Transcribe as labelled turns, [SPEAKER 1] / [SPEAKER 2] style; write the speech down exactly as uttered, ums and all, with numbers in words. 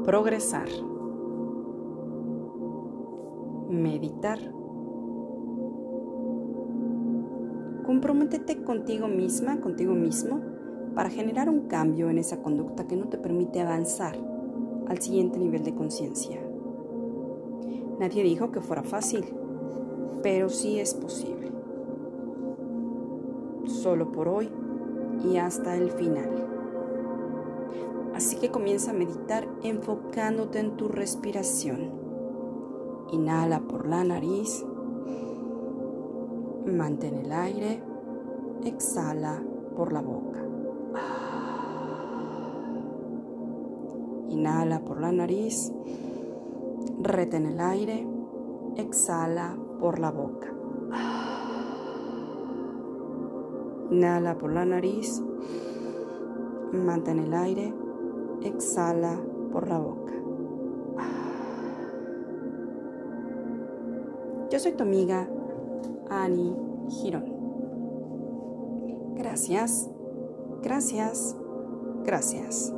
[SPEAKER 1] Progresar. Meditar. Comprométete contigo misma, contigo mismo, para generar un cambio en esa conducta que no te permite avanzar al siguiente nivel de conciencia. Nadie dijo que fuera fácil, pero sí es posible. Solo por hoy y hasta el final. Así que comienza a meditar enfocándote en tu respiración. Inhala por la nariz. Mantén el aire. Exhala por la boca. Inhala por la nariz. Retén el aire. Exhala por la boca. Inhala por la nariz. Mantén el aire. Exhala por la boca. Yo soy tu amiga Ani Girón. Gracias, gracias, gracias.